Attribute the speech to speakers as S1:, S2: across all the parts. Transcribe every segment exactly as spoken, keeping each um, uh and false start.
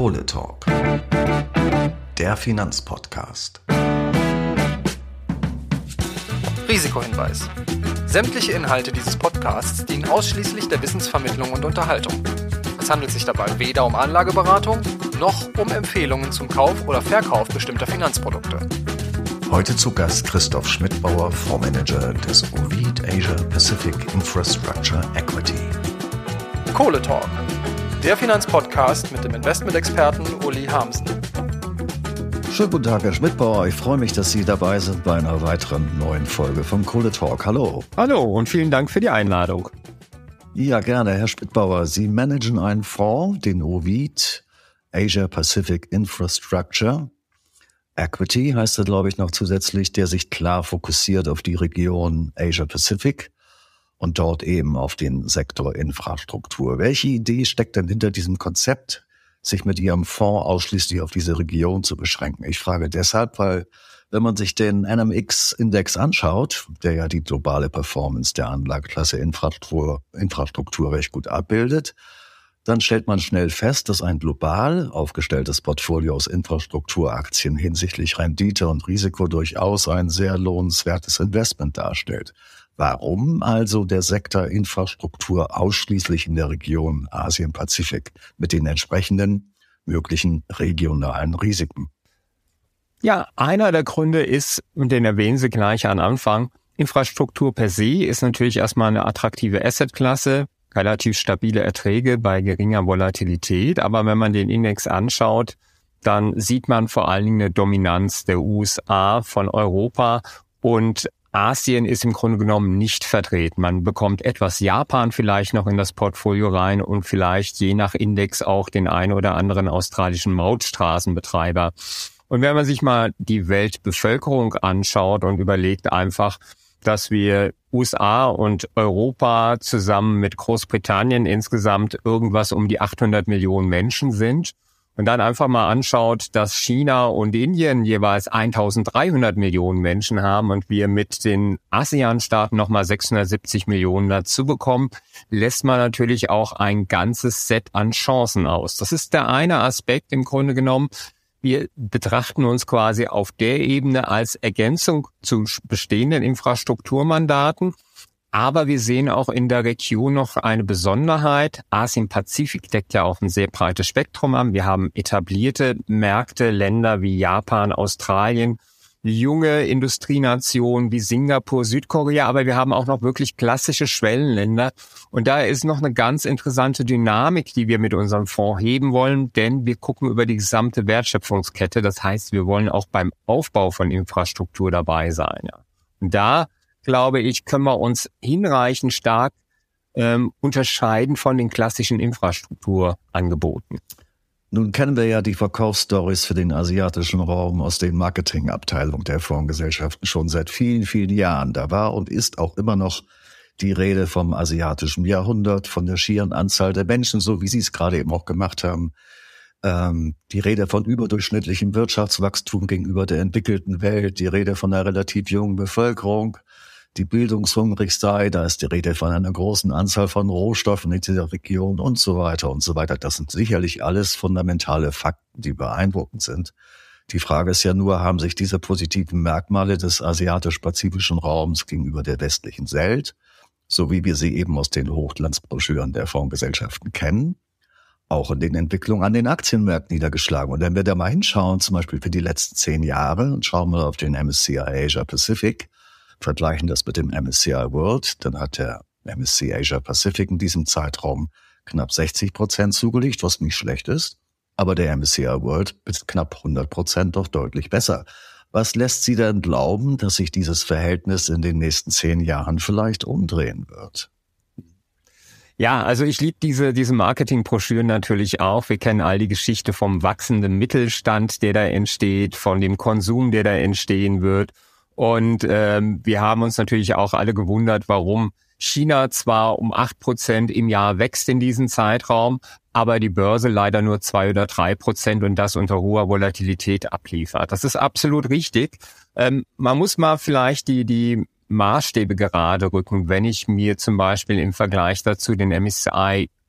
S1: Kohle Talk, der Finanzpodcast.
S2: Risikohinweis. Sämtliche Inhalte dieses Podcasts dienen ausschließlich der Wissensvermittlung und Unterhaltung. Es handelt sich dabei weder um Anlageberatung noch um Empfehlungen zum Kauf oder Verkauf bestimmter Finanzprodukte.
S1: Heute zu Gast Christoph Schmidbauer, Fondsmanager des Ovid Asia Pacific Infrastructure Equity.
S2: Kohle Talk, der Finanzpodcast mit dem Investmentexperten Uli Harmsen.
S1: Schönen guten Tag, Herr Schmidbauer. Ich freue mich, dass Sie dabei sind bei einer weiteren neuen Folge vom Kohle Talk. Hallo.
S3: Hallo und vielen Dank für die Einladung.
S1: Ja, gerne, Herr Schmidbauer. Sie managen einen Fonds, den Ovid Asia Pacific Infrastructure Equity, heißt er, glaube ich, noch zusätzlich, der sich klar fokussiert auf die Region Asia Pacific und dort eben auf den Sektor Infrastruktur. Welche Idee steckt denn hinter diesem Konzept, sich mit Ihrem Fonds ausschließlich auf diese Region zu beschränken? Ich frage deshalb, weil wenn man sich den N M X-Index anschaut, der ja die globale Performance der Anlageklasse Infrastruktur, Infrastruktur recht gut abbildet, dann stellt man schnell fest, dass ein global aufgestelltes Portfolio aus Infrastrukturaktien hinsichtlich Rendite und Risiko durchaus ein sehr lohnenswertes Investment darstellt. Warum also der Sektor Infrastruktur ausschließlich in der Region Asien-Pazifik mit den entsprechenden möglichen regionalen Risiken?
S3: Ja, einer der Gründe ist, und den erwähnen Sie gleich am Anfang, Infrastruktur per se ist natürlich erstmal eine attraktive Assetklasse, relativ stabile Erträge bei geringer Volatilität. Aber wenn man den Index anschaut, dann sieht man vor allen Dingen eine Dominanz der U S A von Europa und Asien ist im Grunde genommen nicht vertreten. Man bekommt etwas Japan vielleicht noch in das Portfolio rein und vielleicht je nach Index auch den einen oder anderen australischen Mautstraßenbetreiber. Und wenn man sich mal die Weltbevölkerung anschaut und überlegt einfach, dass wir U S A und Europa zusammen mit Großbritannien insgesamt irgendwas um die achthundert Millionen Menschen sind und dann einfach mal anschaut, dass China und Indien jeweils eintausenddreihundert Millionen Menschen haben und wir mit den ASEAN-Staaten nochmal sechshundertsiebzig Millionen dazu bekommen, lässt man natürlich auch ein ganzes Set an Chancen aus. Das ist der eine Aspekt im Grunde genommen. Wir betrachten uns quasi auf der Ebene als Ergänzung zu bestehenden Infrastrukturmandaten. Aber wir sehen auch in der Region noch eine Besonderheit. Asien-Pazifik deckt ja auch ein sehr breites Spektrum an. Wir haben etablierte Märkte, Länder wie Japan, Australien, junge Industrienationen wie Singapur, Südkorea, aber wir haben auch noch wirklich klassische Schwellenländer. Und da ist noch eine ganz interessante Dynamik, die wir mit unserem Fonds heben wollen, denn wir gucken über die gesamte Wertschöpfungskette. Das heißt, wir wollen auch beim Aufbau von Infrastruktur dabei sein. Ja. Und da, glaube ich, können wir uns hinreichend stark ähm, unterscheiden von den klassischen Infrastrukturangeboten.
S1: Nun kennen wir ja die Verkaufsstories für den asiatischen Raum aus den Marketingabteilungen der Fondsgesellschaften schon seit vielen, vielen Jahren. Da war und ist auch immer noch die Rede vom asiatischen Jahrhundert, von der schieren Anzahl der Menschen, so wie Sie es gerade eben auch gemacht haben. Ähm, die Rede von überdurchschnittlichem Wirtschaftswachstum gegenüber der entwickelten Welt, die Rede von einer relativ jungen Bevölkerung, die bildungshungrig sei, da ist die Rede von einer großen Anzahl von Rohstoffen in dieser Region und so weiter und so weiter. Das sind sicherlich alles fundamentale Fakten, die beeindruckend sind. Die Frage ist ja nur, haben sich diese positiven Merkmale des asiatisch-pazifischen Raums gegenüber der westlichen Welt, so wie wir sie eben aus den Hochglanzbroschüren der Fondsgesellschaften kennen, auch in den Entwicklungen an den Aktienmärkten niedergeschlagen. Und wenn wir da mal hinschauen, zum Beispiel für die letzten zehn Jahre, und schauen wir auf den M S C I Asia Pacific, vergleichen das mit dem M S C I World, dann hat der M S C I Asia Pacific in diesem Zeitraum knapp sechzig Prozent zugelegt, was nicht schlecht ist. Aber der M S C I World mit knapp hundert Prozent doch deutlich besser. Was lässt Sie denn glauben, dass sich dieses Verhältnis in den nächsten zehn Jahren vielleicht umdrehen wird?
S3: Ja, also ich liebe diese diese Marketingbroschüren natürlich auch. Wir kennen all die Geschichte vom wachsenden Mittelstand, der da entsteht, von dem Konsum, der da entstehen wird. Und ähm, wir haben uns natürlich auch alle gewundert, warum China zwar um acht Prozent im Jahr wächst in diesem Zeitraum, aber die Börse leider nur zwei oder drei Prozent und das unter hoher Volatilität abliefert. Das ist absolut richtig. Ähm, man muss mal vielleicht die die Maßstäbe gerade rücken, wenn ich mir zum Beispiel im Vergleich dazu den M S C I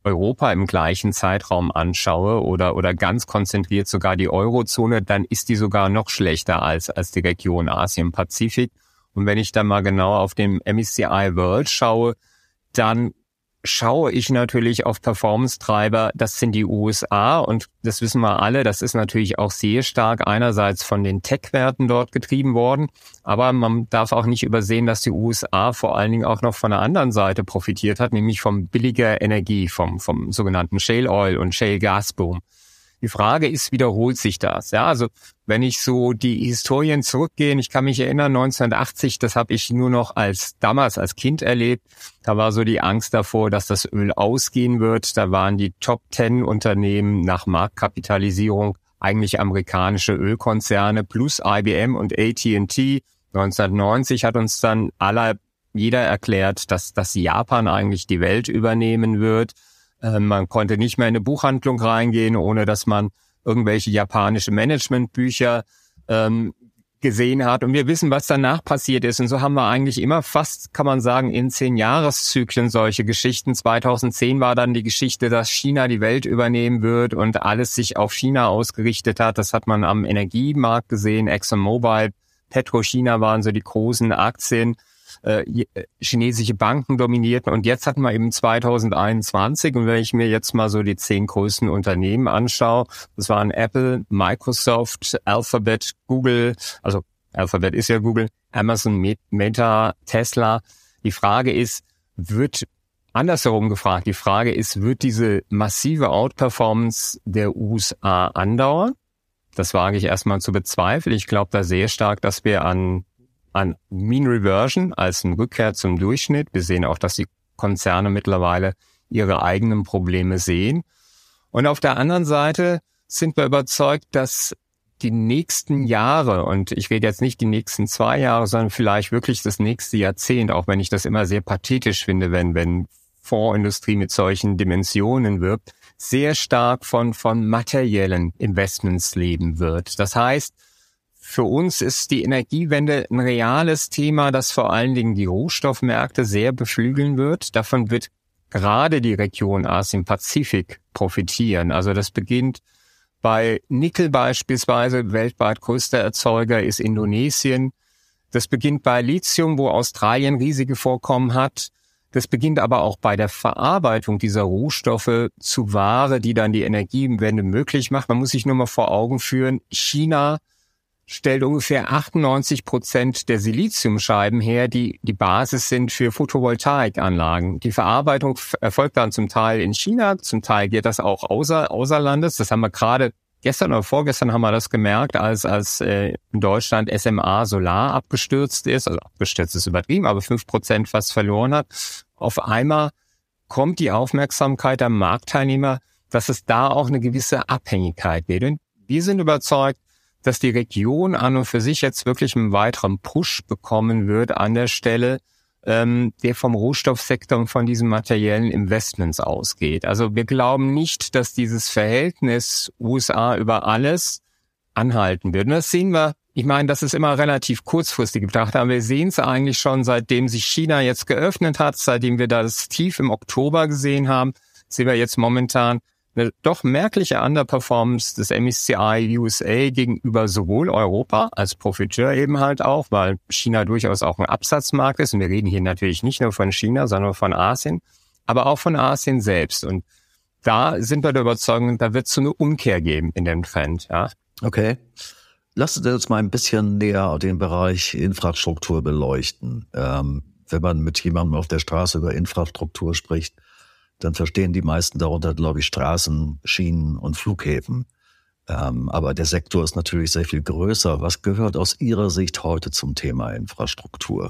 S3: Europa im gleichen Zeitraum anschaue oder oder ganz konzentriert sogar die Eurozone, dann ist die sogar noch schlechter als als die Region Asien-Pazifik. Und wenn ich dann mal genau auf dem M S C I World schaue, dann schaue ich natürlich auf Performance-Treiber, das sind die U S A und das wissen wir alle, das ist natürlich auch sehr stark einerseits von den Tech-Werten dort getrieben worden, aber man darf auch nicht übersehen, dass die U S A vor allen Dingen auch noch von der anderen Seite profitiert hat, nämlich vom billiger Energie, vom vom sogenannten Shale Oil und Shale Gas Boom. Die Frage ist, wiederholt sich das? Ja, also wenn ich so die Historien zurückgehe, ich kann mich erinnern, neunzehnhundertachtzig, das habe ich nur noch als damals als Kind erlebt. Da war so die Angst davor, dass das Öl ausgehen wird. Da waren die Top Ten Unternehmen nach Marktkapitalisierung eigentlich amerikanische Ölkonzerne plus I B M und A T and T. neunzehnhundertneunzig hat uns dann aller jeder erklärt, dass dass Japan eigentlich die Welt übernehmen wird. Man konnte nicht mehr in eine Buchhandlung reingehen, ohne dass man irgendwelche japanische Managementbücher ähm, gesehen hat. Und wir wissen, was danach passiert ist. Und so haben wir eigentlich immer fast, kann man sagen, in zehn Jahreszyklen solche Geschichten. zweitausendzehn war dann die Geschichte, dass China die Welt übernehmen wird und alles sich auf China ausgerichtet hat. Das hat man am Energiemarkt gesehen. ExxonMobil, PetroChina waren so die großen Aktien. Äh, chinesische Banken dominierten und jetzt hatten wir eben zweitausendeinundzwanzig und wenn ich mir jetzt mal so die zehn größten Unternehmen anschaue, das waren Apple, Microsoft, Alphabet, Google, also Alphabet ist ja Google, Amazon, Meta, Tesla. Die Frage ist, wird andersherum gefragt, die Frage ist, wird diese massive Outperformance der U S A andauern? Das wage ich erstmal zu bezweifeln. Ich glaube da sehr stark, dass wir an an Mean Reversion als eine Rückkehr zum Durchschnitt. Wir sehen auch, dass die Konzerne mittlerweile ihre eigenen Probleme sehen. Und auf der anderen Seite sind wir überzeugt, dass die nächsten Jahre, und ich rede jetzt nicht die nächsten zwei Jahre, sondern vielleicht wirklich das nächste Jahrzehnt, auch wenn ich das immer sehr pathetisch finde, wenn, wenn Fondsindustrie mit solchen Dimensionen wirkt, sehr stark von, von materiellen Investments leben wird. Das heißt, für uns ist die Energiewende ein reales Thema, das vor allen Dingen die Rohstoffmärkte sehr beflügeln wird. Davon wird gerade die Region Asien-Pazifik profitieren. Also das beginnt bei Nickel beispielsweise, weltweit größter Erzeuger ist Indonesien. Das beginnt bei Lithium, wo Australien riesige Vorkommen hat. Das beginnt aber auch bei der Verarbeitung dieser Rohstoffe zu Ware, die dann die Energiewende möglich macht. Man muss sich nur mal vor Augen führen, China stellt ungefähr achtundneunzig Prozent der Siliziumscheiben her, die die Basis sind für Photovoltaikanlagen. Die Verarbeitung erfolgt dann zum Teil in China, zum Teil geht das auch außer, außer Landes. Das haben wir gerade gestern oder vorgestern haben wir das gemerkt, als als äh, in Deutschland S M A Solar abgestürzt ist. Also abgestürzt ist übertrieben, aber fünf Prozent fast verloren hat. Auf einmal kommt die Aufmerksamkeit der Marktteilnehmer, dass es da auch eine gewisse Abhängigkeit gibt. Und wir sind überzeugt, dass die Region an und für sich jetzt wirklich einen weiteren Push bekommen wird an der Stelle, ähm, der vom Rohstoffsektor und von diesen materiellen Investments ausgeht. Also wir glauben nicht, dass dieses Verhältnis U S A über alles anhalten wird. Und das sehen wir, ich meine, das ist immer relativ kurzfristig betrachtet, aber wir sehen es eigentlich schon, seitdem sich China jetzt geöffnet hat, seitdem wir das Tief im Oktober gesehen haben, sehen wir jetzt momentan eine doch merkliche Underperformance des M S C I U S A gegenüber sowohl Europa als Profiteur eben halt auch, weil China durchaus auch ein Absatzmarkt ist. Und wir reden hier natürlich nicht nur von China, sondern von Asien, aber auch von Asien selbst. Und da sind wir der Überzeugung, da wird es so eine Umkehr geben in dem Trend. Ja.
S1: Okay. Lasst uns mal ein bisschen näher den Bereich Infrastruktur beleuchten. Ähm, wenn man mit jemandem auf der Straße über Infrastruktur spricht, dann verstehen die meisten darunter, glaube ich, Straßen, Schienen und Flughäfen. Ähm, aber der Sektor ist natürlich sehr viel größer. Was gehört aus Ihrer Sicht heute zum Thema Infrastruktur?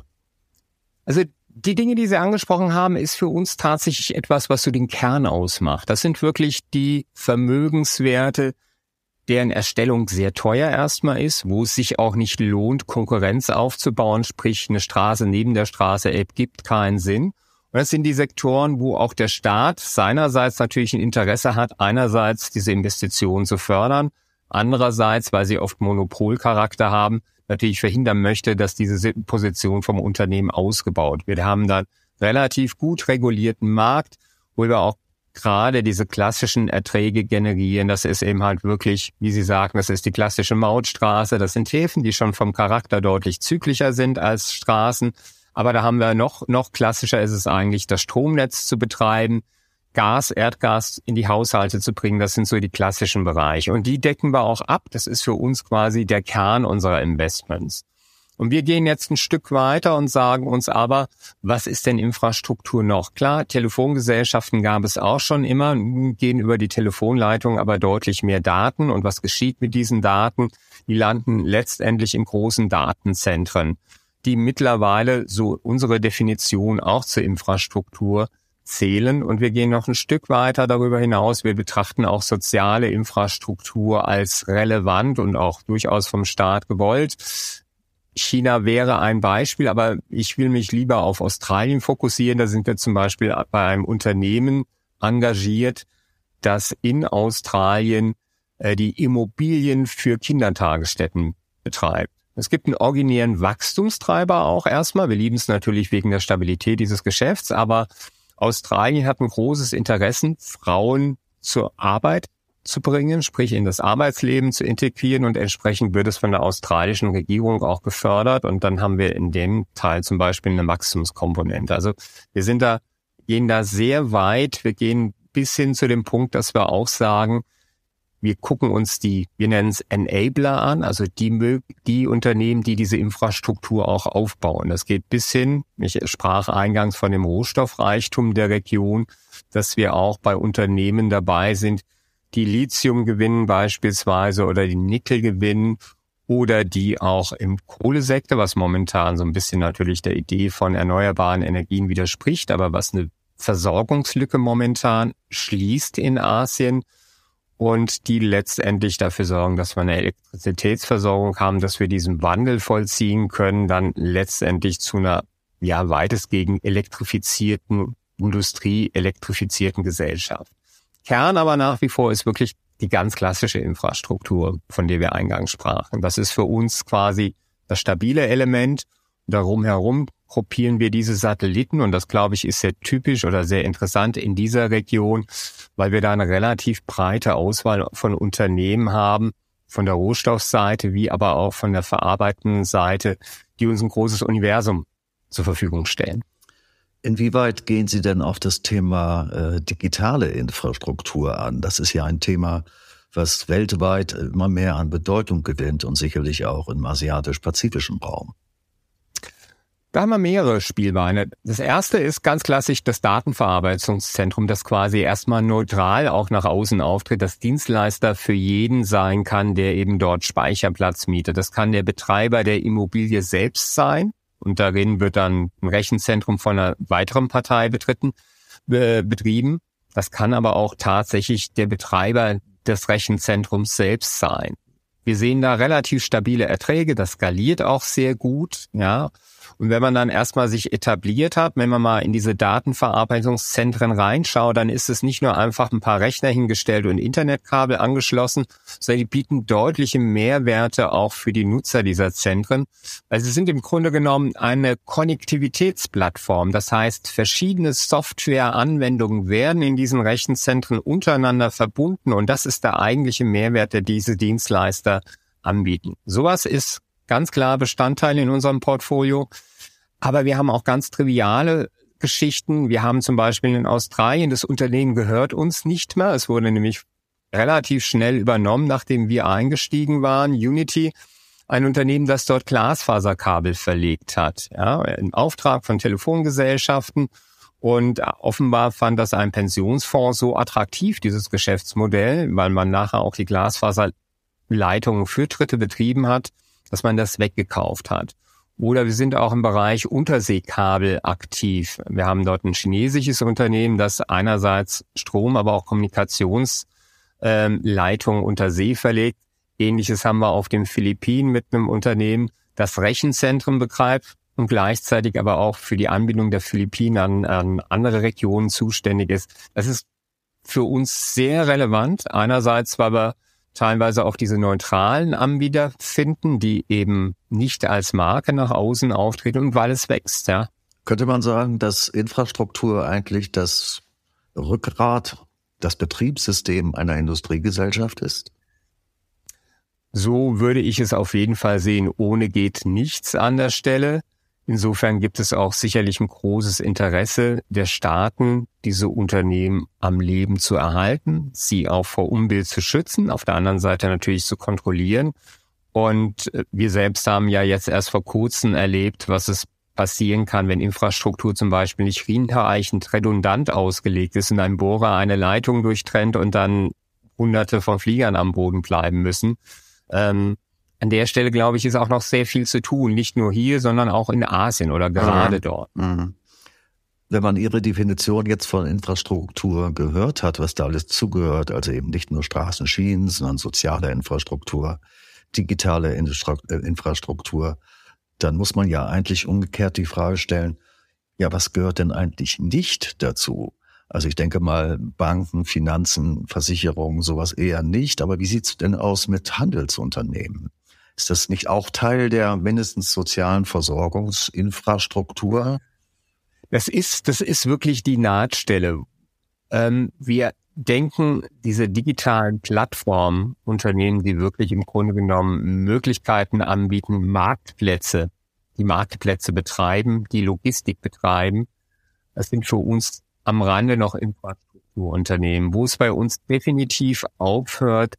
S3: Also die Dinge, die Sie angesprochen haben, ist für uns tatsächlich etwas, was so den Kern ausmacht. Das sind wirklich die Vermögenswerte, deren Erstellung sehr teuer erstmal ist, wo es sich auch nicht lohnt, Konkurrenz aufzubauen, sprich eine Straße neben der Straße ergibt keinen Sinn. Und das sind die Sektoren, wo auch der Staat seinerseits natürlich ein Interesse hat, einerseits diese Investitionen zu fördern, andererseits, weil sie oft Monopolcharakter haben, natürlich verhindern möchte, dass diese Position vom Unternehmen ausgebaut wird. Wir haben dann relativ gut regulierten Markt, wo wir auch gerade diese klassischen Erträge generieren. Das ist eben halt wirklich, wie Sie sagen, das ist die klassische Mautstraße. Das sind Häfen, die schon vom Charakter deutlich zyklischer sind als Straßen. Aber da haben wir noch, noch klassischer ist es eigentlich, das Stromnetz zu betreiben, Gas, Erdgas in die Haushalte zu bringen. Das sind so die klassischen Bereiche. Und die decken wir auch ab. Das ist für uns quasi der Kern unserer Investments. Und wir gehen jetzt ein Stück weiter und sagen uns aber, was ist denn Infrastruktur noch? Klar, Telefongesellschaften gab es auch schon immer, gehen über die Telefonleitung aber deutlich mehr Daten. Und was geschieht mit diesen Daten? Die landen letztendlich in großen Datenzentren, die mittlerweile, so unsere Definition, auch zur Infrastruktur zählen. Und wir gehen noch ein Stück weiter darüber hinaus. Wir betrachten auch soziale Infrastruktur als relevant und auch durchaus vom Staat gewollt. China wäre ein Beispiel, aber ich will mich lieber auf Australien fokussieren. Da sind wir zum Beispiel bei einem Unternehmen engagiert, das in Australien äh, die Immobilien für Kindertagesstätten betreibt. Es gibt einen originären Wachstumstreiber auch erstmal. Wir lieben es natürlich wegen der Stabilität dieses Geschäfts, aber Australien hat ein großes Interesse, Frauen zur Arbeit zu bringen, sprich in das Arbeitsleben zu integrieren, und entsprechend wird es von der australischen Regierung auch gefördert, und dann haben wir in dem Teil zum Beispiel eine Wachstumskomponente. Also wir sind da, gehen da sehr weit, wir gehen bis hin zu dem Punkt, dass wir auch sagen, wir gucken uns die, wir nennen es Enabler an, also die, die Unternehmen, die diese Infrastruktur auch aufbauen. Das geht bis hin, ich sprach eingangs von dem Rohstoffreichtum der Region, dass wir auch bei Unternehmen dabei sind, die Lithium gewinnen beispielsweise oder die Nickel gewinnen oder die auch im Kohlesektor, was momentan so ein bisschen natürlich der Idee von erneuerbaren Energien widerspricht, aber was eine Versorgungslücke momentan schließt in Asien, und die letztendlich dafür sorgen, dass wir eine Elektrizitätsversorgung haben, dass wir diesen Wandel vollziehen können, dann letztendlich zu einer ja weitestgehend elektrifizierten Industrie, elektrifizierten Gesellschaft. Kern aber nach wie vor ist wirklich die ganz klassische Infrastruktur, von der wir eingangs sprachen. Das ist für uns quasi das stabile Element. Darum herum gruppieren wir diese Satelliten, und das, glaube ich, ist sehr typisch oder sehr interessant in dieser Region, weil wir da eine relativ breite Auswahl von Unternehmen haben, von der Rohstoffseite wie aber auch von der verarbeitenden Seite, die uns ein großes Universum zur Verfügung stellen.
S1: Inwieweit gehen Sie denn auf das Thema äh, digitale Infrastruktur an? Das ist ja ein Thema, was weltweit immer mehr an Bedeutung gewinnt und sicherlich auch im asiatisch-pazifischen Raum.
S3: Da haben wir mehrere Spielbeine. Das erste ist ganz klassisch das Datenverarbeitungszentrum, das quasi erstmal neutral auch nach außen auftritt, das Dienstleister für jeden sein kann, der eben dort Speicherplatz mietet. Das kann der Betreiber der Immobilie selbst sein. Und darin wird dann ein Rechenzentrum von einer weiteren Partei betreten, äh, betrieben. Das kann aber auch tatsächlich der Betreiber des Rechenzentrums selbst sein. Wir sehen da relativ stabile Erträge, das skaliert auch sehr gut, ja. Und wenn man dann erstmal sich etabliert hat, wenn man mal in diese Datenverarbeitungszentren reinschaut, dann ist es nicht nur einfach ein paar Rechner hingestellt und Internetkabel angeschlossen, sondern die bieten deutliche Mehrwerte auch für die Nutzer dieser Zentren. Weil sie sind im Grunde genommen eine Konnektivitätsplattform. Das heißt, verschiedene Softwareanwendungen werden in diesen Rechenzentren untereinander verbunden, und das ist der eigentliche Mehrwert, der diese Dienstleister anbieten. Sowas ist ganz klar Bestandteil in unserem Portfolio. Aber wir haben auch ganz triviale Geschichten. Wir haben zum Beispiel in Australien, das Unternehmen gehört uns nicht mehr. Es wurde nämlich relativ schnell übernommen, nachdem wir eingestiegen waren. Unity, ein Unternehmen, das dort Glasfaserkabel verlegt hat, ja, im Auftrag von Telefongesellschaften. Und offenbar fand das ein Pensionsfonds so attraktiv, dieses Geschäftsmodell, weil man nachher auch die Glasfaserleitungen für Dritte betrieben hat, dass man das weggekauft hat. Oder wir sind auch im Bereich Unterseekabel aktiv. Wir haben dort ein chinesisches Unternehmen, das einerseits Strom, aber auch Kommunikationsleitungen ähm, unter See verlegt. Ähnliches haben wir auf den Philippinen mit einem Unternehmen, das Rechenzentren betreibt und gleichzeitig aber auch für die Anbindung der Philippinen an, an andere Regionen zuständig ist. Das ist für uns sehr relevant. Einerseits, weil wir teilweise auch diese neutralen Anbieter finden, die eben nicht als Marke nach außen auftreten, und weil es wächst, ja.
S1: Könnte man sagen, dass Infrastruktur eigentlich das Rückgrat, das Betriebssystem einer Industriegesellschaft ist?
S3: So würde ich es auf jeden Fall sehen. Ohne geht nichts an der Stelle. Insofern gibt es auch sicherlich ein großes Interesse der Staaten, diese Unternehmen am Leben zu erhalten, sie auch vor Unbill zu schützen, auf der anderen Seite natürlich zu kontrollieren. Und wir selbst haben ja jetzt erst vor kurzem erlebt, was es passieren kann, wenn Infrastruktur zum Beispiel nicht hinreichend redundant ausgelegt ist und ein Bohrer eine Leitung durchtrennt und dann hunderte von Fliegern am Boden bleiben müssen. Ähm, an der Stelle, glaube ich, ist auch noch sehr viel zu tun. Nicht nur hier, sondern auch in Asien oder gerade mhm. dort.
S1: Mhm. Wenn man Ihre Definition jetzt von Infrastruktur gehört hat, was da alles zugehört, also eben nicht nur Straßen, Schienen, sondern soziale Infrastruktur, digitale Infrastruktur, dann muss man ja eigentlich umgekehrt die Frage stellen, ja, was gehört denn eigentlich nicht dazu? Also ich denke mal, Banken, Finanzen, Versicherungen, sowas eher nicht. Aber wie sieht's denn aus mit Handelsunternehmen? Ist das nicht auch Teil der mindestens sozialen Versorgungsinfrastruktur?
S3: Das ist, das ist wirklich die Nahtstelle. Ähm, wir denken, diese digitalen Plattformen, Unternehmen, die wirklich im Grunde genommen Möglichkeiten anbieten, Marktplätze, die Marktplätze betreiben, die Logistik betreiben, das sind für uns am Rande noch Infrastrukturunternehmen. Wo es bei uns definitiv aufhört,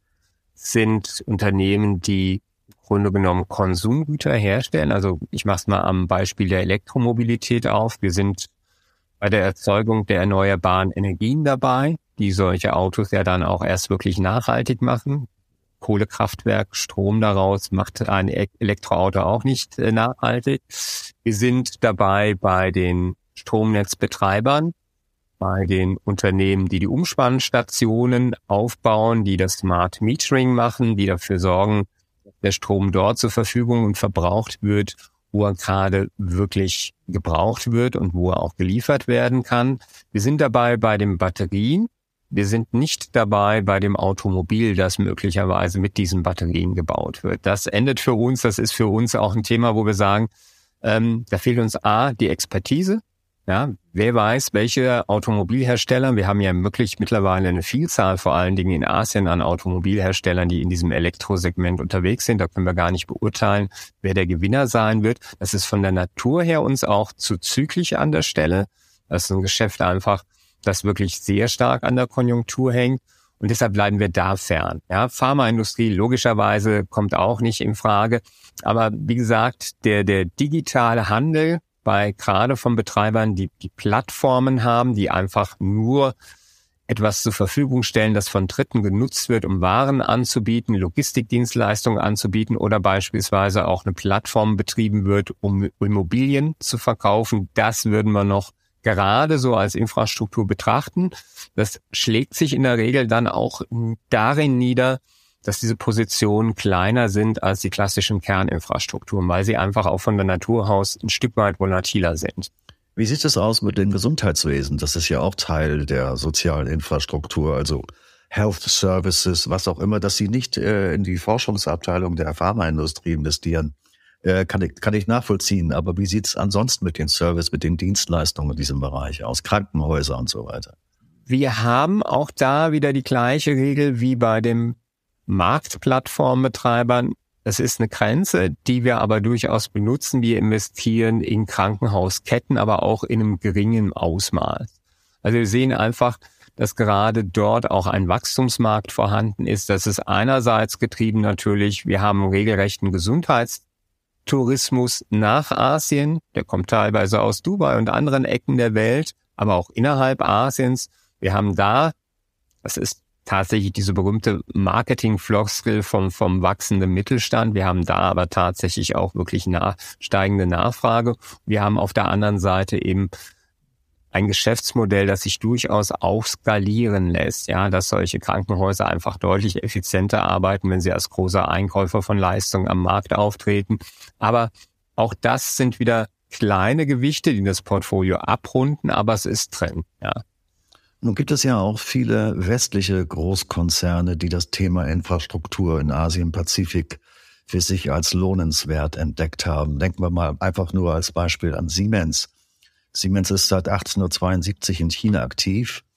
S3: sind Unternehmen, die im Grunde genommen Konsumgüter herstellen. Also ich mache es mal am Beispiel der Elektromobilität auf. Wir sind bei der Erzeugung der erneuerbaren Energien dabei, die solche Autos ja dann auch erst wirklich nachhaltig machen. Kohlekraftwerk, Strom daraus macht ein Elektroauto auch nicht nachhaltig. Wir sind dabei bei den Stromnetzbetreibern, bei den Unternehmen, die die Umspannstationen aufbauen, die das Smart Metering machen, die dafür sorgen, dass der Strom dort zur Verfügung und verbraucht wird, wo er gerade wirklich gebraucht wird und wo er auch geliefert werden kann. Wir sind dabei bei den Batterien. Wir sind nicht dabei bei dem Automobil, das möglicherweise mit diesen Batterien gebaut wird. Das endet für uns, das ist für uns auch ein Thema, wo wir sagen, ähm, da fehlt uns A, die Expertise. Ja, wer weiß, welche Automobilhersteller, wir haben ja wirklich mittlerweile eine Vielzahl, vor allen Dingen in Asien, an Automobilherstellern, die in diesem Elektrosegment unterwegs sind. Da können wir gar nicht beurteilen, wer der Gewinner sein wird. Das ist von der Natur her uns auch zu zyklisch an der Stelle. Das ist ein Geschäft einfach, das wirklich sehr stark an der Konjunktur hängt. Und deshalb bleiben wir da fern. Ja, Pharmaindustrie logischerweise kommt auch nicht in Frage. Aber wie gesagt, der, der digitale Handel, bei gerade von Betreibern, die die Plattformen haben, die einfach nur etwas zur Verfügung stellen, das von Dritten genutzt wird, um Waren anzubieten, Logistikdienstleistungen anzubieten oder beispielsweise auch eine Plattform betrieben wird, um Immobilien zu verkaufen. Das würden wir noch gerade so als Infrastruktur betrachten. Das schlägt sich in der Regel dann auch darin nieder, dass diese Positionen kleiner sind als die klassischen Kerninfrastrukturen, weil sie einfach auch von der Natur aus ein Stück weit volatiler sind.
S1: Wie sieht es aus mit dem Gesundheitswesen? Das ist ja auch Teil der sozialen Infrastruktur, also Health Services, was auch immer, dass sie nicht äh, in die Forschungsabteilung der Pharmaindustrie investieren. Äh, kann ich, kann ich nachvollziehen, aber wie sieht es ansonsten mit den Service, mit den Dienstleistungen in diesem Bereich aus, Krankenhäuser und so weiter?
S3: Wir haben auch da wieder die gleiche Regel wie bei dem Marktplattformbetreibern. Es ist eine Grenze, die wir aber durchaus benutzen. Wir investieren in Krankenhausketten, aber auch in einem geringen Ausmaß. Also wir sehen einfach, dass gerade dort auch ein Wachstumsmarkt vorhanden ist. Das ist einerseits getrieben natürlich, wir haben einen regelrechten Gesundheitstourismus nach Asien. Der kommt teilweise aus Dubai und anderen Ecken der Welt, aber auch innerhalb Asiens. Wir haben da, das ist tatsächlich diese berühmte Marketing-Floskel vom, vom wachsenden Mittelstand. Wir haben da aber tatsächlich auch wirklich nach, steigende Nachfrage. Wir haben auf der anderen Seite eben ein Geschäftsmodell, das sich durchaus auch skalieren lässt, ja, dass solche Krankenhäuser einfach deutlich effizienter arbeiten, wenn sie als großer Einkäufer von Leistungen am Markt auftreten. Aber auch das sind wieder kleine Gewichte, die das Portfolio abrunden, aber es ist drin, ja.
S1: Nun gibt es ja auch viele westliche Großkonzerne, die das Thema Infrastruktur in Asien-Pazifik für sich als lohnenswert entdeckt haben. Denken wir mal einfach nur als Beispiel an Siemens. Siemens ist seit achtzehnhundertzweiundsiebzig in China aktiv,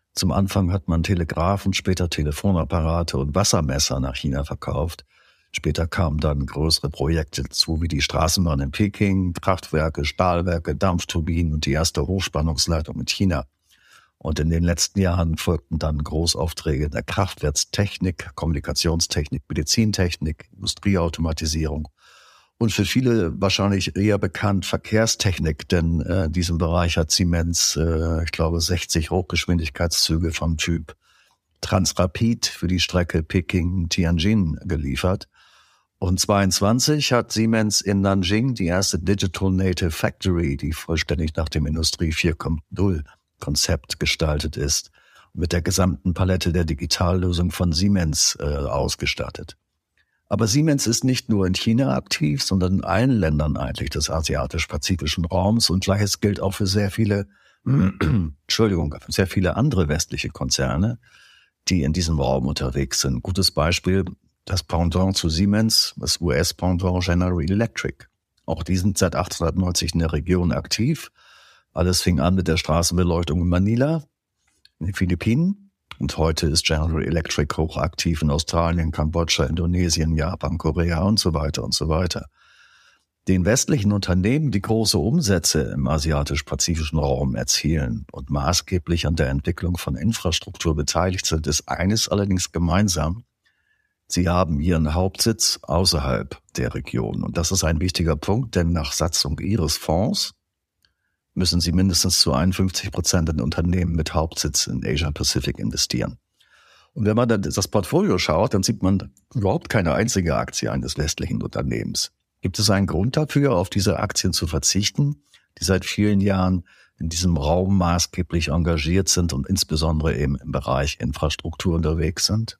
S1: Zum Anfang hat man Telegraphen, später Telefonapparate und Wassermesser nach China verkauft. Später kamen dann größere Projekte zu, wie die Straßenbahn in Peking, Kraftwerke, Stahlwerke, Dampfturbinen und die erste Hochspannungsleitung mit China. Und in den letzten Jahren folgten dann Großaufträge der Kraftwerkstechnik, Kommunikationstechnik, Medizintechnik, Industrieautomatisierung und für viele wahrscheinlich eher bekannt Verkehrstechnik, denn äh, in diesem Bereich hat Siemens, äh, ich glaube, sechzig Hochgeschwindigkeitszüge vom Typ Transrapid für die Strecke Peking-Tianjin geliefert. Und zweiundzwanzig hat Siemens in Nanjing die erste Digital Native Factory, die vollständig nach dem Industrie vier Punkt null Konzept gestaltet ist, mit der gesamten Palette der Digitallösung von Siemens äh, ausgestattet. Aber Siemens ist nicht nur in China aktiv, sondern in allen Ländern eigentlich des asiatisch-pazifischen Raums und Gleiches gilt auch für sehr viele, Entschuldigung, für sehr viele andere westliche Konzerne, die in diesem Raum unterwegs sind. Gutes Beispiel, das Pendant zu Siemens, das U S-Pendant General Electric. Auch die sind seit achtzehnhundertneunzig in der Region aktiv. Alles fing an mit der Straßenbeleuchtung in Manila, in den Philippinen. Und heute ist General Electric hochaktiv in Australien, Kambodscha, Indonesien, Japan, Korea und so weiter und so weiter. Den westlichen Unternehmen, die große Umsätze im asiatisch-pazifischen Raum erzielen und maßgeblich an der Entwicklung von Infrastruktur beteiligt sind, ist eines allerdings gemeinsam. Sie haben ihren Hauptsitz außerhalb der Region. Und das ist ein wichtiger Punkt, denn nach Satzung ihres Fonds müssen sie mindestens zu einundfünfzig Prozent in Unternehmen mit Hauptsitz in Asia Pacific investieren. Und wenn man dann das Portfolio schaut, dann sieht man überhaupt keine einzige Aktie eines westlichen Unternehmens. Gibt es einen Grund dafür, auf diese Aktien zu verzichten, die seit vielen Jahren in diesem Raum maßgeblich engagiert sind und insbesondere eben im Bereich Infrastruktur unterwegs sind?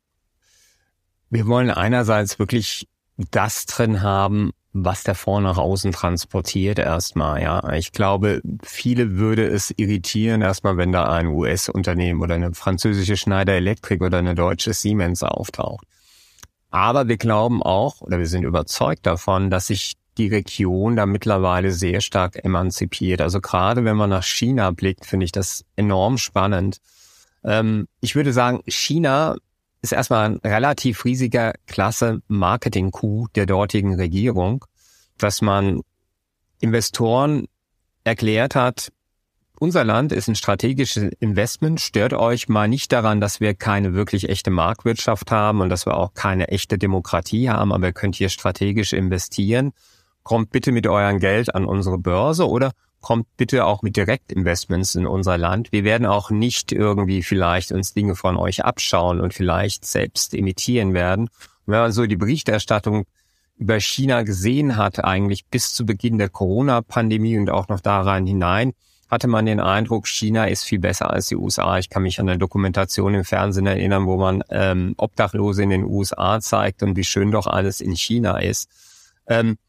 S3: Wir wollen einerseits wirklich das drin haben, was der Fonds nach außen transportiert erstmal, ja. Ich glaube, viele würde es irritieren erstmal, wenn da ein U S-Unternehmen oder eine französische Schneider Electric oder eine deutsche Siemens auftaucht. Aber wir glauben auch, oder wir sind überzeugt davon, dass sich die Region da mittlerweile sehr stark emanzipiert. Also gerade wenn man nach China blickt, finde ich das enorm spannend. Ähm, ich würde sagen, China ist erstmal ein relativ riesiger Klasse Marketing-Coup der dortigen Regierung, dass man Investoren erklärt hat, unser Land ist ein strategisches Investment, stört euch mal nicht daran, dass wir keine wirklich echte Marktwirtschaft haben und dass wir auch keine echte Demokratie haben, aber ihr könnt hier strategisch investieren. Kommt bitte mit eurem Geld an unsere Börse oder kommt bitte auch mit Direktinvestments in unser Land. Wir werden auch nicht irgendwie vielleicht uns Dinge von euch abschauen und vielleicht selbst imitieren werden. Und wenn man so die Berichterstattung über China gesehen hat, eigentlich bis zu Beginn der Corona-Pandemie und auch noch da rein hinein, hatte man den Eindruck, China ist viel besser als die U S A. Ich kann mich an eine Dokumentation im Fernsehen erinnern, wo man ähm, Obdachlose in den U S A zeigt und wie schön doch alles in China ist. Ähm,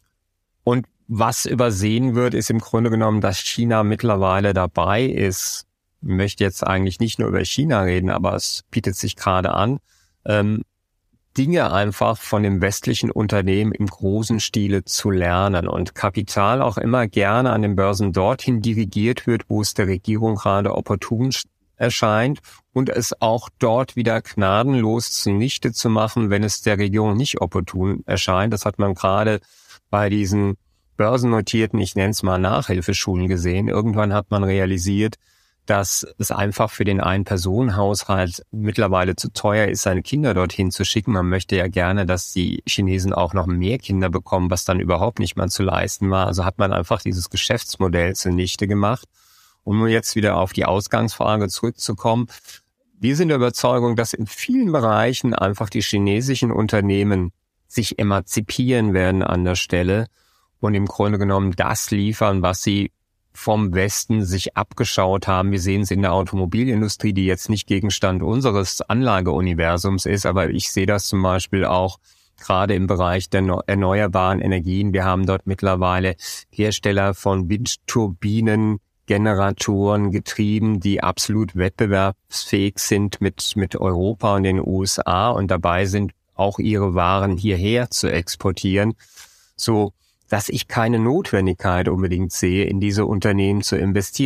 S3: und was übersehen wird, ist im Grunde genommen, dass China mittlerweile dabei ist. Ich möchte jetzt eigentlich nicht nur über China reden, aber es bietet sich gerade an, ähm, Dinge einfach von dem westlichen Unternehmen im großen Stile zu lernen und Kapital auch immer gerne an den Börsen dorthin dirigiert wird, wo es der Regierung gerade opportun erscheint und es auch dort wieder gnadenlos zunichte zu machen, wenn es der Regierung nicht opportun erscheint. Das hat man gerade bei diesen börsennotierten, ich nenne es mal Nachhilfeschulen gesehen. Irgendwann hat man realisiert, dass es einfach für den Ein-Personen-Haushalt mittlerweile zu teuer ist, seine Kinder dorthin zu schicken. Man möchte ja gerne, dass die Chinesen auch noch mehr Kinder bekommen, was dann überhaupt nicht mehr zu leisten war. Also hat man einfach dieses Geschäftsmodell zunichte gemacht. Um jetzt wieder auf die Ausgangsfrage zurückzukommen. Wir sind der Überzeugung, dass in vielen Bereichen einfach die chinesischen Unternehmen sich emanzipieren werden an der Stelle und im Grunde genommen das liefern, was sie vom Westen sich abgeschaut haben. Wir sehen es in der Automobilindustrie, die jetzt nicht Gegenstand unseres Anlageuniversums ist, aber ich sehe das zum Beispiel auch gerade im Bereich der erneuerbaren Energien. Wir haben dort mittlerweile Hersteller von Windturbinen, Generatoren, Getrieben, die absolut wettbewerbsfähig sind mit, mit Europa und den U S A und dabei sind, auch ihre Waren hierher zu exportieren, so dass ich keine Notwendigkeit unbedingt sehe, in diese Unternehmen zu investieren.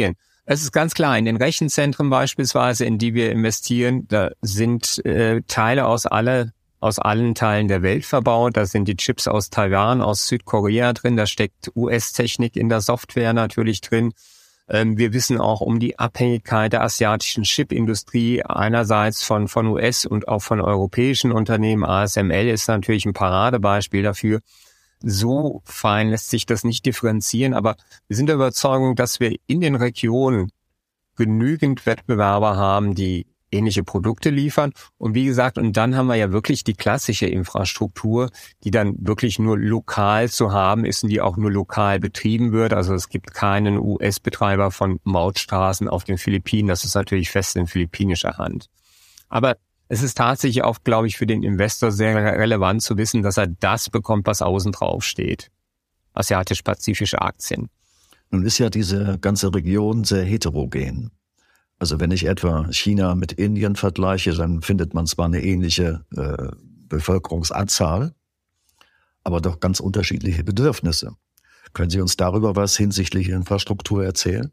S3: Es ist ganz klar, in den Rechenzentren beispielsweise, in die wir investieren, da sind äh, Teile aus alle, aus allen Teilen der Welt verbaut. Da sind die Chips aus Taiwan, aus Südkorea drin, da steckt U S-Technik in der Software natürlich drin. Ähm, wir wissen auch um die Abhängigkeit der asiatischen Chipindustrie, einerseits von, von U S und auch von europäischen Unternehmen. A S M L ist natürlich ein Paradebeispiel dafür. So fein lässt sich das nicht differenzieren, aber wir sind der Überzeugung, dass wir in den Regionen genügend Wettbewerber haben, die ähnliche Produkte liefern. Und wie gesagt, und dann haben wir ja wirklich die klassische Infrastruktur, die dann wirklich nur lokal zu haben ist und die auch nur lokal betrieben wird. Also es gibt keinen U S-Betreiber von Mautstraßen auf den Philippinen. Das ist natürlich fest in philippinischer Hand. Aber es ist tatsächlich auch, glaube ich, für den Investor sehr relevant zu wissen, dass er das bekommt, was außen drauf steht. Asiatisch-pazifische Aktien.
S1: Nun ist ja diese ganze Region sehr heterogen. Also wenn ich etwa China mit Indien vergleiche, dann findet man zwar eine ähnliche äh, Bevölkerungsanzahl, aber doch ganz unterschiedliche Bedürfnisse. Können Sie uns darüber was hinsichtlich Infrastruktur erzählen?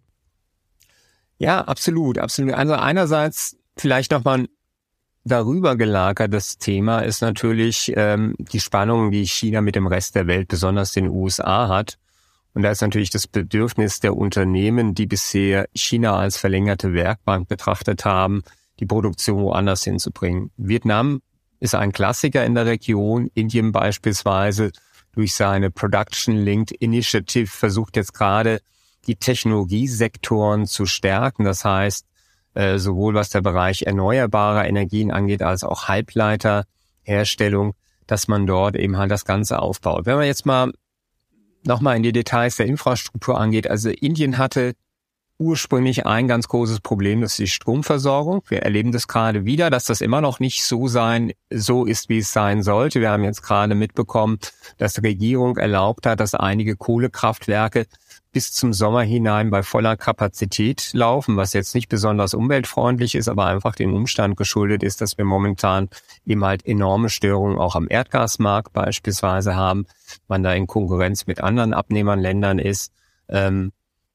S3: Ja, absolut, absolut. Also einerseits vielleicht nochmal ein darüber gelagertes Thema ist natürlich ähm, die Spannung, die China mit dem Rest der Welt, besonders den U S A, hat. Und da ist natürlich das Bedürfnis der Unternehmen, die bisher China als verlängerte Werkbank betrachtet haben, die Produktion woanders hinzubringen. Vietnam ist ein Klassiker in der Region. Indien beispielsweise durch seine Production Linked Initiative versucht jetzt gerade die Technologiesektoren zu stärken. Das heißt, sowohl was der Bereich erneuerbarer Energien angeht, als auch Halbleiterherstellung, dass man dort eben halt das Ganze aufbaut. Wenn man jetzt mal nochmal in die Details der Infrastruktur angeht, also Indien hatte ursprünglich ein ganz großes Problem, das ist die Stromversorgung. Wir erleben das gerade wieder, dass das immer noch nicht so sein, so ist, wie es sein sollte. Wir haben jetzt gerade mitbekommen, dass die Regierung erlaubt hat, dass einige Kohlekraftwerke bis zum Sommer hinein bei voller Kapazität laufen, was jetzt nicht besonders umweltfreundlich ist, aber einfach dem Umstand geschuldet ist, dass wir momentan eben halt enorme Störungen auch am Erdgasmarkt beispielsweise haben, man da in Konkurrenz mit anderen Abnehmerländern ist. Ähm,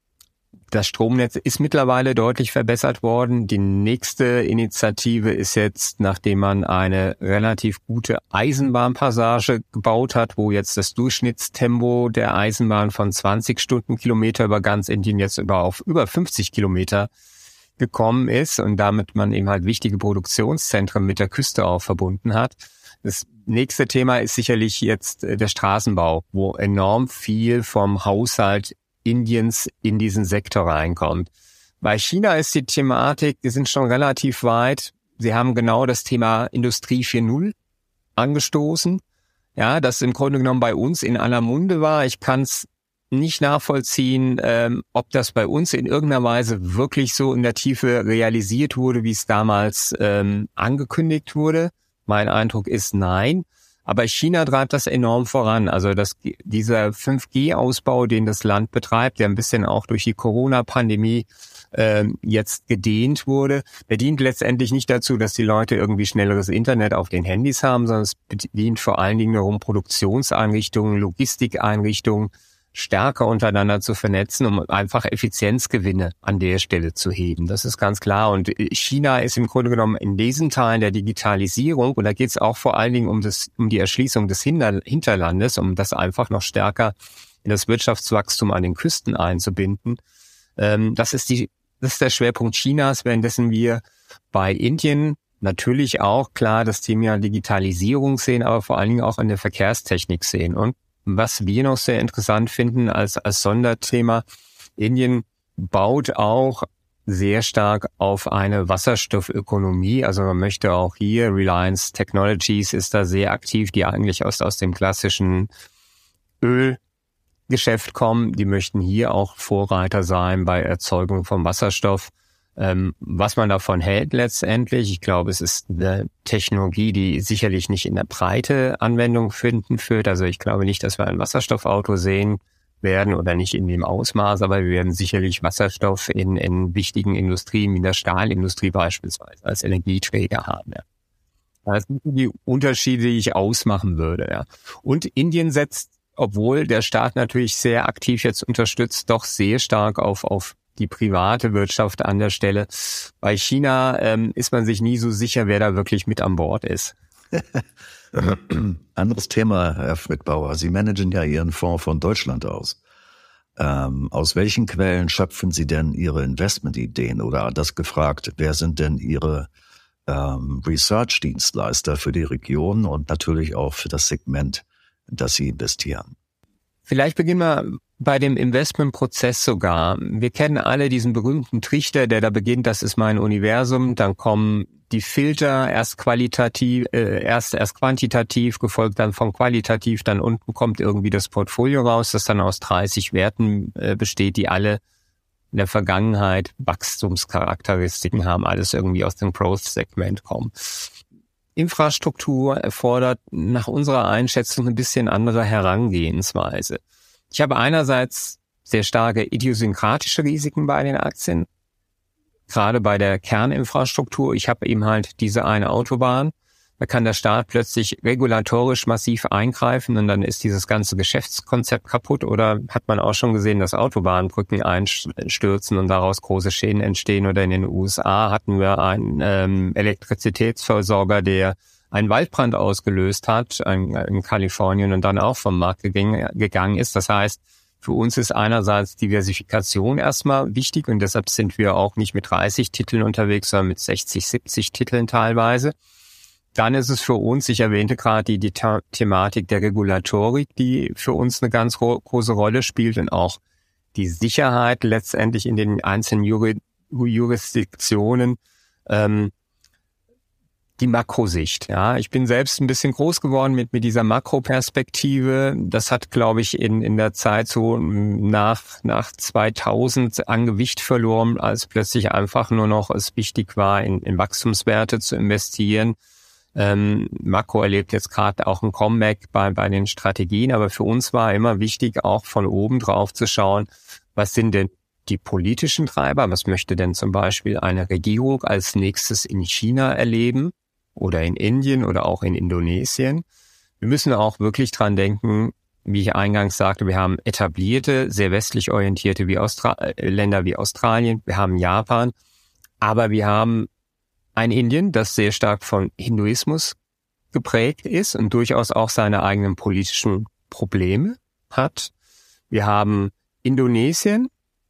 S3: Das Stromnetz ist mittlerweile deutlich verbessert worden. Die nächste Initiative ist jetzt, nachdem man eine relativ gute Eisenbahnpassage gebaut hat, wo jetzt das Durchschnittstempo der Eisenbahn von zwanzig Stundenkilometer über ganz Indien jetzt über auf über fünfzig Kilometer gekommen ist und damit man eben halt wichtige Produktionszentren mit der Küste auch verbunden hat. Das nächste Thema ist sicherlich jetzt der Straßenbau, wo enorm viel vom Haushalt Indiens in diesen Sektor reinkommt. Bei China ist die Thematik, die sind schon relativ weit. Sie haben genau das Thema Industrie vier Punkt null angestoßen. Ja, das im Grunde genommen bei uns in aller Munde war. Ich kann es nicht nachvollziehen, ähm, ob das bei uns in irgendeiner Weise wirklich so in der Tiefe realisiert wurde, wie es damals ähm, angekündigt wurde. Mein Eindruck ist nein. Aber China treibt das enorm voran. Also das, dieser fünf G Ausbau, den das Land betreibt, der ein bisschen auch durch die Corona-Pandemie äh, jetzt gedehnt wurde, der dient letztendlich nicht dazu, dass die Leute irgendwie schnelleres Internet auf den Handys haben, sondern es dient vor allen Dingen darum, Produktionseinrichtungen, Logistikeinrichtungen stärker untereinander zu vernetzen, um einfach Effizienzgewinne an der Stelle zu heben. Das ist ganz klar. Und China ist im Grunde genommen in diesen Teilen der Digitalisierung, und da geht es auch vor allen Dingen um das, um die Erschließung des Hinterlandes, um das einfach noch stärker in das Wirtschaftswachstum an den Küsten einzubinden. Das ist die, das ist der Schwerpunkt Chinas, währenddessen wir bei Indien natürlich auch klar das Thema Digitalisierung sehen, aber vor allen Dingen auch in der Verkehrstechnik sehen. Und was wir noch sehr interessant finden als, als Sonderthema, Indien baut auch sehr stark auf eine Wasserstoffökonomie. Also man möchte auch hier, Reliance Technologies ist da sehr aktiv, die eigentlich aus, aus dem klassischen Ölgeschäft kommen. Die möchten hier auch Vorreiter sein bei Erzeugung von Wasserstoff. Ähm, was man davon hält letztendlich, ich glaube, es ist eine Technologie, die sicherlich nicht in der Breite Anwendung finden wird. Also ich glaube nicht, dass wir ein Wasserstoffauto sehen werden oder nicht in dem Ausmaß, aber wir werden sicherlich Wasserstoff in, in wichtigen Industrien, wie in der Stahlindustrie beispielsweise, als Energieträger haben. Ja. Das sind die Unterschiede, die ich ausmachen würde. Ja. Und Indien setzt, obwohl der Staat natürlich sehr aktiv jetzt unterstützt, doch sehr stark auf, auf die private Wirtschaft an der Stelle. Bei China ähm, ist man sich nie so sicher, wer da wirklich mit an Bord ist.
S1: Anderes Thema, Herr Schmidbauer. Sie managen ja Ihren Fonds von Deutschland aus. Ähm, aus welchen Quellen schöpfen Sie denn Ihre Investmentideen? Oder das gefragt, wer sind denn Ihre ähm, Research-Dienstleister für die Region und natürlich auch für das Segment, in das Sie investieren?
S3: Vielleicht beginnen wir bei dem Investmentprozess sogar. Wir kennen alle diesen berühmten Trichter, der da beginnt, das ist mein Universum, dann kommen die Filter, erst qualitativ, äh, erst erst quantitativ, gefolgt dann von qualitativ, dann unten kommt irgendwie das Portfolio raus, das dann aus dreißig Werten äh, besteht, die alle in der Vergangenheit Wachstumscharakteristiken haben, alles irgendwie aus dem Growth-Segment kommen. Infrastruktur erfordert nach unserer Einschätzung ein bisschen andere Herangehensweise. Ich habe einerseits sehr starke idiosynkratische Risiken bei den Aktien, gerade bei der Kerninfrastruktur. Ich habe eben halt diese eine Autobahn. Da kann der Staat plötzlich regulatorisch massiv eingreifen und dann ist dieses ganze Geschäftskonzept kaputt. Oder hat man auch schon gesehen, dass Autobahnbrücken einstürzen und daraus große Schäden entstehen. Oder in den U S A hatten wir einen ähm, Elektrizitätsversorger, der einen Waldbrand ausgelöst hat in, in Kalifornien und dann auch vom Markt gegangen, gegangen ist. Das heißt, für uns ist einerseits Diversifikation erstmal wichtig und deshalb sind wir auch nicht mit dreißig Titeln unterwegs, sondern mit sechzig, siebzig Titeln teilweise. Dann ist es für uns, ich erwähnte gerade die, die Thematik der Regulatorik, die für uns eine ganz große Rolle spielt und auch die Sicherheit letztendlich in den einzelnen Juri- Jurisdiktionen, ähm, die Makrosicht. Ja, ich bin selbst ein bisschen groß geworden mit mit dieser Makroperspektive. Das hat, glaube ich, in in der Zeit so nach nach zweitausend an Gewicht verloren, als plötzlich einfach nur noch es wichtig war, in, in Wachstumswerte zu investieren. Ähm, Makro erlebt jetzt gerade auch ein Comeback bei bei den Strategien, aber für uns war immer wichtig, auch von oben drauf zu schauen, was sind denn die politischen Treiber, was möchte denn zum Beispiel eine Regierung als nächstes in China erleben oder in Indien oder auch in Indonesien. Wir müssen auch wirklich dran denken, wie ich eingangs sagte, wir haben etablierte, sehr westlich orientierte wie Austra- Länder wie Australien, wir haben Japan, aber wir haben ein Indien, das sehr stark von Hinduismus geprägt ist und durchaus auch seine eigenen politischen Probleme hat. Wir haben Indonesien,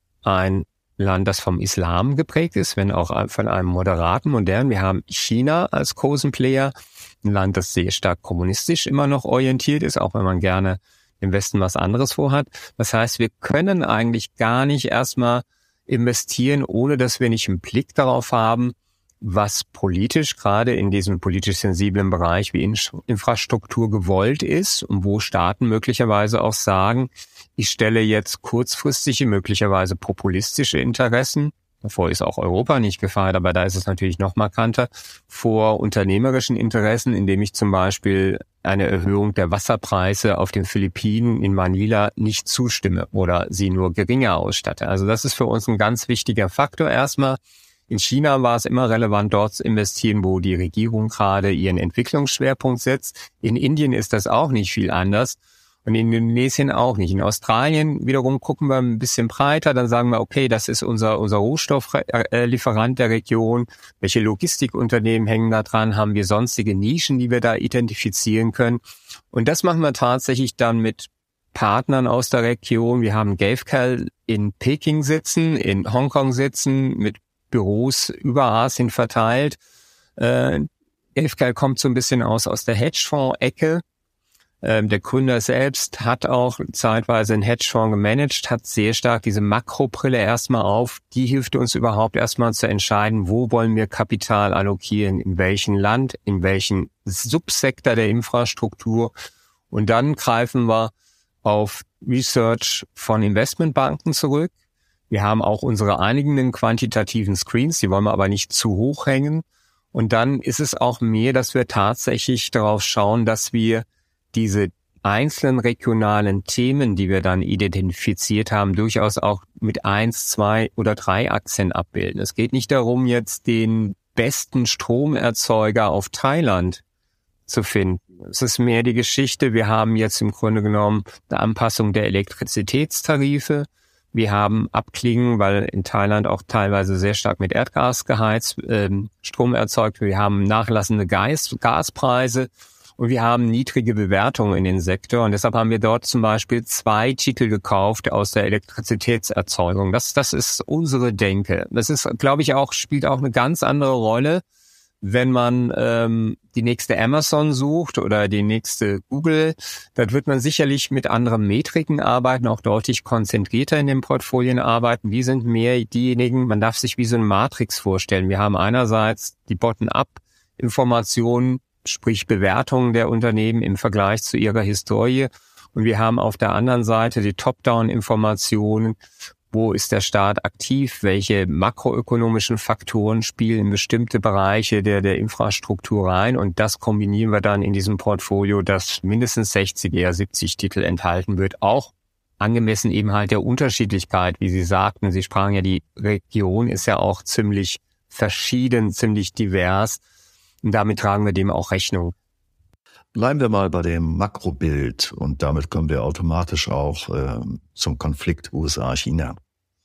S3: ein Land, das vom Islam geprägt ist, wenn auch von einem moderaten, modernen. Wir haben China als großen Player, ein Land, das sehr stark kommunistisch immer noch orientiert ist, auch wenn man gerne im Westen was anderes vorhat. Das heißt, wir können eigentlich gar nicht erstmal investieren, ohne dass wir nicht einen Blick darauf haben, was politisch gerade in diesem politisch sensiblen Bereich wie Infrastruktur gewollt ist und wo Staaten möglicherweise auch sagen, ich stelle jetzt kurzfristige, möglicherweise populistische Interessen, davor ist auch Europa nicht gefeit, aber da ist es natürlich noch markanter, vor unternehmerischen Interessen, indem ich zum Beispiel eine Erhöhung der Wasserpreise auf den Philippinen in Manila nicht zustimme oder sie nur geringer ausstatte. Also das ist für uns ein ganz wichtiger Faktor erstmal. In China war es immer relevant, dort zu investieren, wo die Regierung gerade ihren Entwicklungsschwerpunkt setzt. In Indien ist das auch nicht viel anders und in Indonesien auch nicht. In Australien wiederum gucken wir ein bisschen breiter, dann sagen wir, okay, das ist unser unser Rohstofflieferant der Region. Welche Logistikunternehmen hängen da dran? Haben wir sonstige Nischen, die wir da identifizieren können? Und das machen wir tatsächlich dann mit Partnern aus der Region. Wir haben Gavekal in Peking sitzen, in Hongkong sitzen, mit Büros über Asien verteilt. Äh, Gavekal kommt so ein bisschen aus aus der Hedgefonds-Ecke. Ähm, der Gründer selbst hat auch zeitweise einen Hedgefonds gemanagt, hat sehr stark diese Makrobrille erstmal auf. Die hilft uns überhaupt erstmal zu entscheiden, wo wollen wir Kapital allokieren, in welchem Land, in welchen Subsektor der Infrastruktur. Und dann greifen wir auf Research von Investmentbanken zurück. Wir haben auch unsere eigenen quantitativen Screens, die wollen wir aber nicht zu hoch hängen. Und dann ist es auch mehr, dass wir tatsächlich darauf schauen, dass wir diese einzelnen regionalen Themen, die wir dann identifiziert haben, durchaus auch mit eins, zwei oder drei Aktien abbilden. Es geht nicht darum, jetzt den besten Stromerzeuger auf Thailand zu finden. Es ist mehr die Geschichte, wir haben jetzt im Grunde genommen eine Anpassung der Elektrizitätstarife. Wir haben Abklingen, weil in Thailand auch teilweise sehr stark mit Erdgas geheizt, ähm, Strom erzeugt. Wir haben nachlassende Gas, Gaspreise und wir haben niedrige Bewertungen in den Sektor. Und deshalb haben wir dort zum Beispiel zwei Titel gekauft aus der Elektrizitätserzeugung. Das, das ist unsere Denke. Das ist, glaube ich, auch, spielt auch eine ganz andere Rolle, wenn man ähm, die nächste Amazon sucht oder die nächste Google. Dann wird man sicherlich mit anderen Metriken arbeiten, auch deutlich konzentrierter in den Portfolien arbeiten. Wir sind mehr diejenigen, man darf sich wie so eine Matrix vorstellen. Wir haben einerseits die Bottom-up-Informationen, sprich Bewertungen der Unternehmen im Vergleich zu ihrer Historie. Und wir haben auf der anderen Seite die Top-Down-Informationen. Wo ist der Staat aktiv? Welche makroökonomischen Faktoren spielen in bestimmte Bereiche der, der Infrastruktur rein? Und das kombinieren wir dann in diesem Portfolio, das mindestens sechzig, eher siebzig Titel enthalten wird. Auch angemessen eben halt der Unterschiedlichkeit, wie Sie sagten. Sie sprachen ja, die Region ist ja auch ziemlich verschieden, ziemlich divers. Und damit tragen wir dem auch Rechnung.
S1: Bleiben wir mal bei dem Makrobild und damit kommen wir automatisch auch äh, zum Konflikt U S A-China.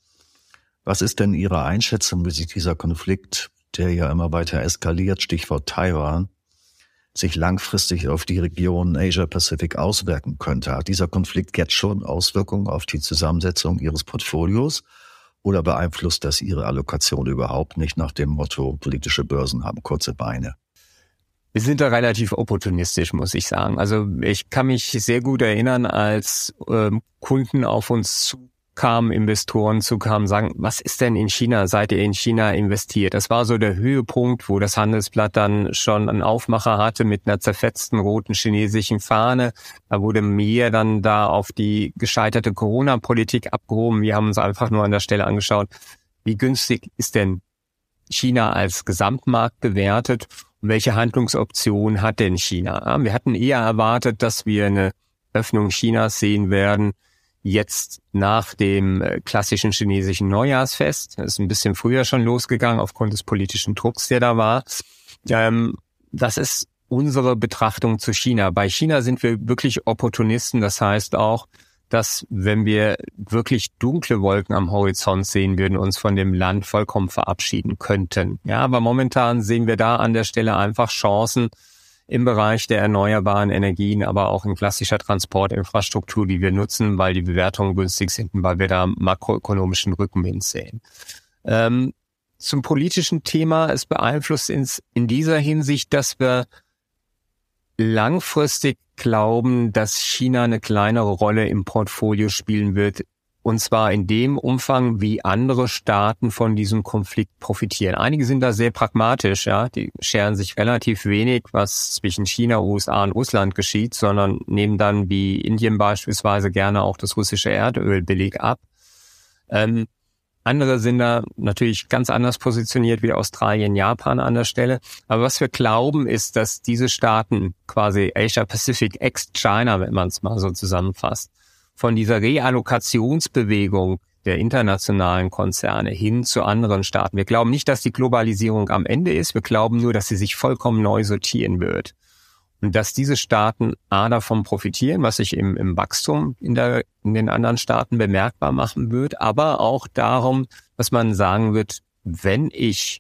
S1: Was ist denn Ihre Einschätzung, wie sich dieser Konflikt, der ja immer weiter eskaliert, Stichwort Taiwan, sich langfristig auf die Region Asia-Pacific auswirken könnte? Hat dieser Konflikt jetzt schon Auswirkungen auf die Zusammensetzung Ihres Portfolios oder beeinflusst das Ihre Allokation überhaupt nicht nach dem Motto, politische Börsen haben kurze Beine?
S3: Wir sind da relativ opportunistisch, muss ich sagen. Also ich kann mich sehr gut erinnern, als ähm, Kunden auf uns zukamen, Investoren zukamen, sagen, was ist denn in China? Seid ihr in China investiert? Das war so der Höhepunkt, wo das Handelsblatt dann schon einen Aufmacher hatte mit einer zerfetzten roten chinesischen Fahne. Da wurde mehr dann da auf die gescheiterte Corona-Politik abgehoben. Wir haben uns einfach nur an der Stelle angeschaut, wie günstig ist denn China als Gesamtmarkt bewertet? Und welche Handlungsoption hat denn China? Wir hatten eher erwartet, dass wir eine Öffnung Chinas sehen werden, jetzt nach dem klassischen chinesischen Neujahrsfest. Das ist ein bisschen früher schon losgegangen, aufgrund des politischen Drucks, der da war. Das ist unsere Betrachtung zu China. Bei China sind wir wirklich Opportunisten. Das heißt auch, dass wenn wir wirklich dunkle Wolken am Horizont sehen würden, uns von dem Land vollkommen verabschieden könnten. Ja, aber momentan sehen wir da an der Stelle einfach Chancen im Bereich der erneuerbaren Energien, aber auch in klassischer Transportinfrastruktur, die wir nutzen, weil die Bewertungen günstig sind und weil wir da makroökonomischen Rückenwind sehen. Ähm, zum politischen Thema, es beeinflusst ins, in dieser Hinsicht, dass wir langfristig glauben, dass China eine kleinere Rolle im Portfolio spielen wird, und zwar in dem Umfang, wie andere Staaten von diesem Konflikt profitieren. Einige sind da sehr pragmatisch, ja, die scheren sich relativ wenig, was zwischen China, U S A und Russland geschieht, sondern nehmen dann wie Indien beispielsweise gerne auch das russische Erdöl billig ab. Ähm, Andere sind da natürlich ganz anders positioniert wie Australien, Japan an der Stelle. Aber was wir glauben, ist, dass diese Staaten, quasi Asia-Pacific ex-China, wenn man es mal so zusammenfasst, von dieser Reallokationsbewegung der internationalen Konzerne hin zu anderen Staaten. Wir glauben nicht, dass die Globalisierung am Ende ist. Wir glauben nur, dass sie sich vollkommen neu sortieren wird. Und dass diese Staaten A davon profitieren, was sich im, im Wachstum in, der, in den anderen Staaten bemerkbar machen wird, aber auch darum, dass man sagen wird, wenn ich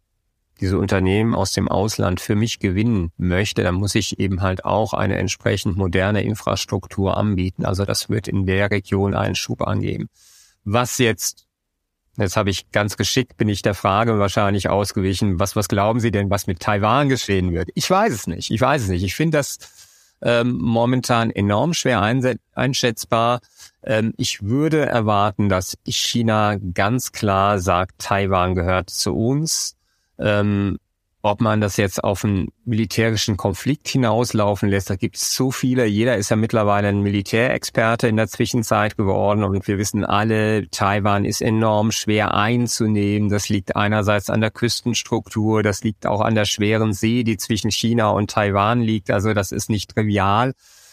S3: diese Unternehmen aus dem Ausland für mich gewinnen möchte, dann muss ich eben halt auch eine entsprechend moderne Infrastruktur anbieten. Also das wird in der Region einen Schub angeben. Was jetzt Jetzt habe ich ganz geschickt, bin ich der Frage wahrscheinlich ausgewichen, was was glauben Sie denn, was mit Taiwan geschehen wird? Ich weiß es nicht, ich weiß es nicht. Ich finde das ähm, momentan enorm schwer einse- einschätzbar. Ähm, ich würde erwarten, dass China ganz klar sagt, Taiwan gehört zu uns. Ähm, ob man das jetzt auf einen militärischen Konflikt hinauslaufen lässt, da gibt es so viele. Jeder ist ja mittlerweile ein Militärexperte in der Zwischenzeit geworden und wir wissen alle, Taiwan ist enorm schwer einzunehmen. Das liegt einerseits an der Küstenstruktur, das liegt auch an der schweren See, die zwischen China und Taiwan liegt. Also das ist nicht trivial.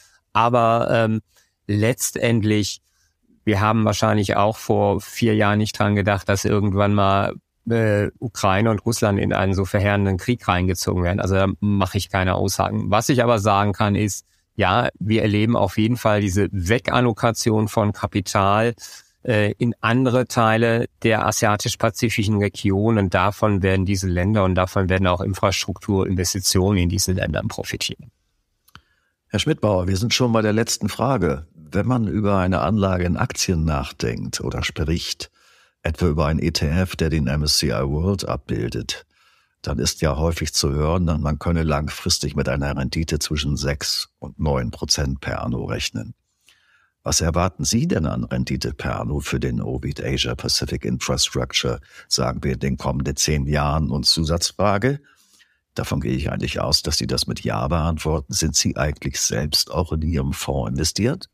S3: Aber ähm, letztendlich, wir haben wahrscheinlich auch vor vier Jahren nicht dran gedacht, dass irgendwann mal Äh, Ukraine und Russland in einen so verheerenden Krieg reingezogen werden. Also da mache ich keine Aussagen. Was ich aber sagen kann ist, ja, wir erleben auf jeden Fall diese Wegallokation von Kapital äh, in andere Teile der asiatisch-pazifischen Region und davon werden diese Länder und davon werden auch Infrastrukturinvestitionen in diesen Ländern profitieren.
S1: Herr Schmidbauer, wir sind schon bei der letzten Frage. Wenn man über eine Anlage in Aktien nachdenkt oder spricht, etwa über einen E T F, der den M S C I World abbildet, dann ist ja häufig zu hören, man könne langfristig mit einer Rendite zwischen sechs und neun Prozent per Anno rechnen. Was erwarten Sie denn an Rendite per Anno für den Orbit Asia Pacific Infrastructure, sagen wir in den kommenden zehn Jahren? Und Zusatzfrage, davon gehe ich eigentlich aus, dass Sie das mit Ja beantworten. Sind Sie eigentlich selbst auch in Ihrem Fonds investiert?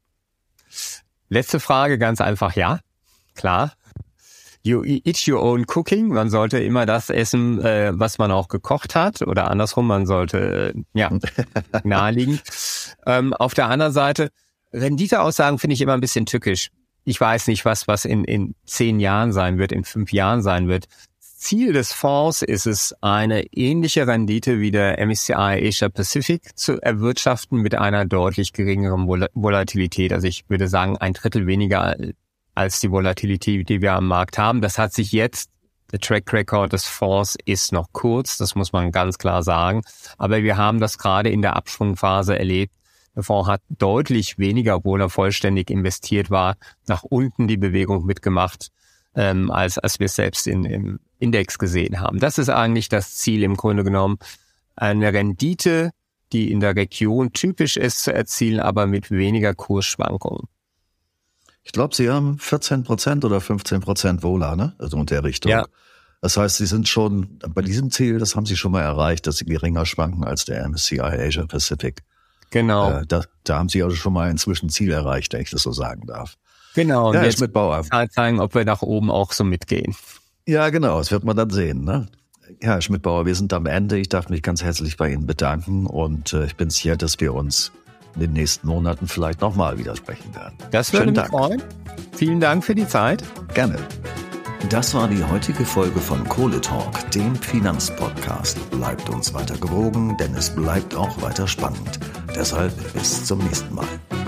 S3: Letzte Frage, ganz einfach ja, klar. You eat your own cooking. Man sollte immer das essen, äh, was man auch gekocht hat. Oder andersrum, man sollte, äh, ja, naheliegen. Ähm, auf der anderen Seite, Renditeaussagen finde ich immer ein bisschen tückisch. Ich weiß nicht, was was in in zehn Jahren sein wird, in fünf Jahren sein wird. Ziel des Fonds ist es, eine ähnliche Rendite wie der M S C I Asia Pacific zu erwirtschaften mit einer deutlich geringeren Vol- Volatilität. Also ich würde sagen, ein Drittel weniger als die Volatilität, die wir am Markt haben. Das hat sich jetzt, der Track Record des Fonds ist noch kurz, das muss man ganz klar sagen. Aber wir haben das gerade in der Abschwungphase erlebt. Der Fonds hat deutlich weniger, obwohl er vollständig investiert war, nach unten die Bewegung mitgemacht, ähm, als als wir selbst in, im Index gesehen haben. Das ist eigentlich das Ziel im Grunde genommen, eine Rendite, die in der Region typisch ist, zu erzielen, aber mit weniger Kursschwankungen.
S1: Ich glaube, Sie haben vierzehn Prozent oder fünfzehn Prozent Vola, ne? Also in der Richtung.
S3: Ja.
S1: Das heißt, Sie sind schon bei diesem Ziel, das haben Sie schon mal erreicht, dass Sie geringer schwanken als der M S C I Asia Pacific.
S3: Genau.
S1: Äh, da, da haben Sie also schon mal inzwischen Ziel erreicht, wenn ich das so sagen darf.
S3: Genau. Und
S1: ja,
S3: jetzt
S1: mit Bauer.
S3: zeigen, ob wir nach oben auch so mitgehen.
S1: Ja, genau. Das wird man dann sehen, ne? Ja, Herr Schmidbauer, wir sind am Ende. Ich darf mich ganz herzlich bei Ihnen bedanken und äh, ich bin sicher, dass wir uns in den nächsten Monaten vielleicht nochmal widersprechen werden.
S3: Das würde mich freuen. Vielen Dank für die Zeit.
S1: Gerne. Das war die heutige Folge von Kohle Talk, dem Finanzpodcast. Bleibt uns weiter gewogen, denn es bleibt auch weiter spannend. Deshalb bis zum nächsten Mal.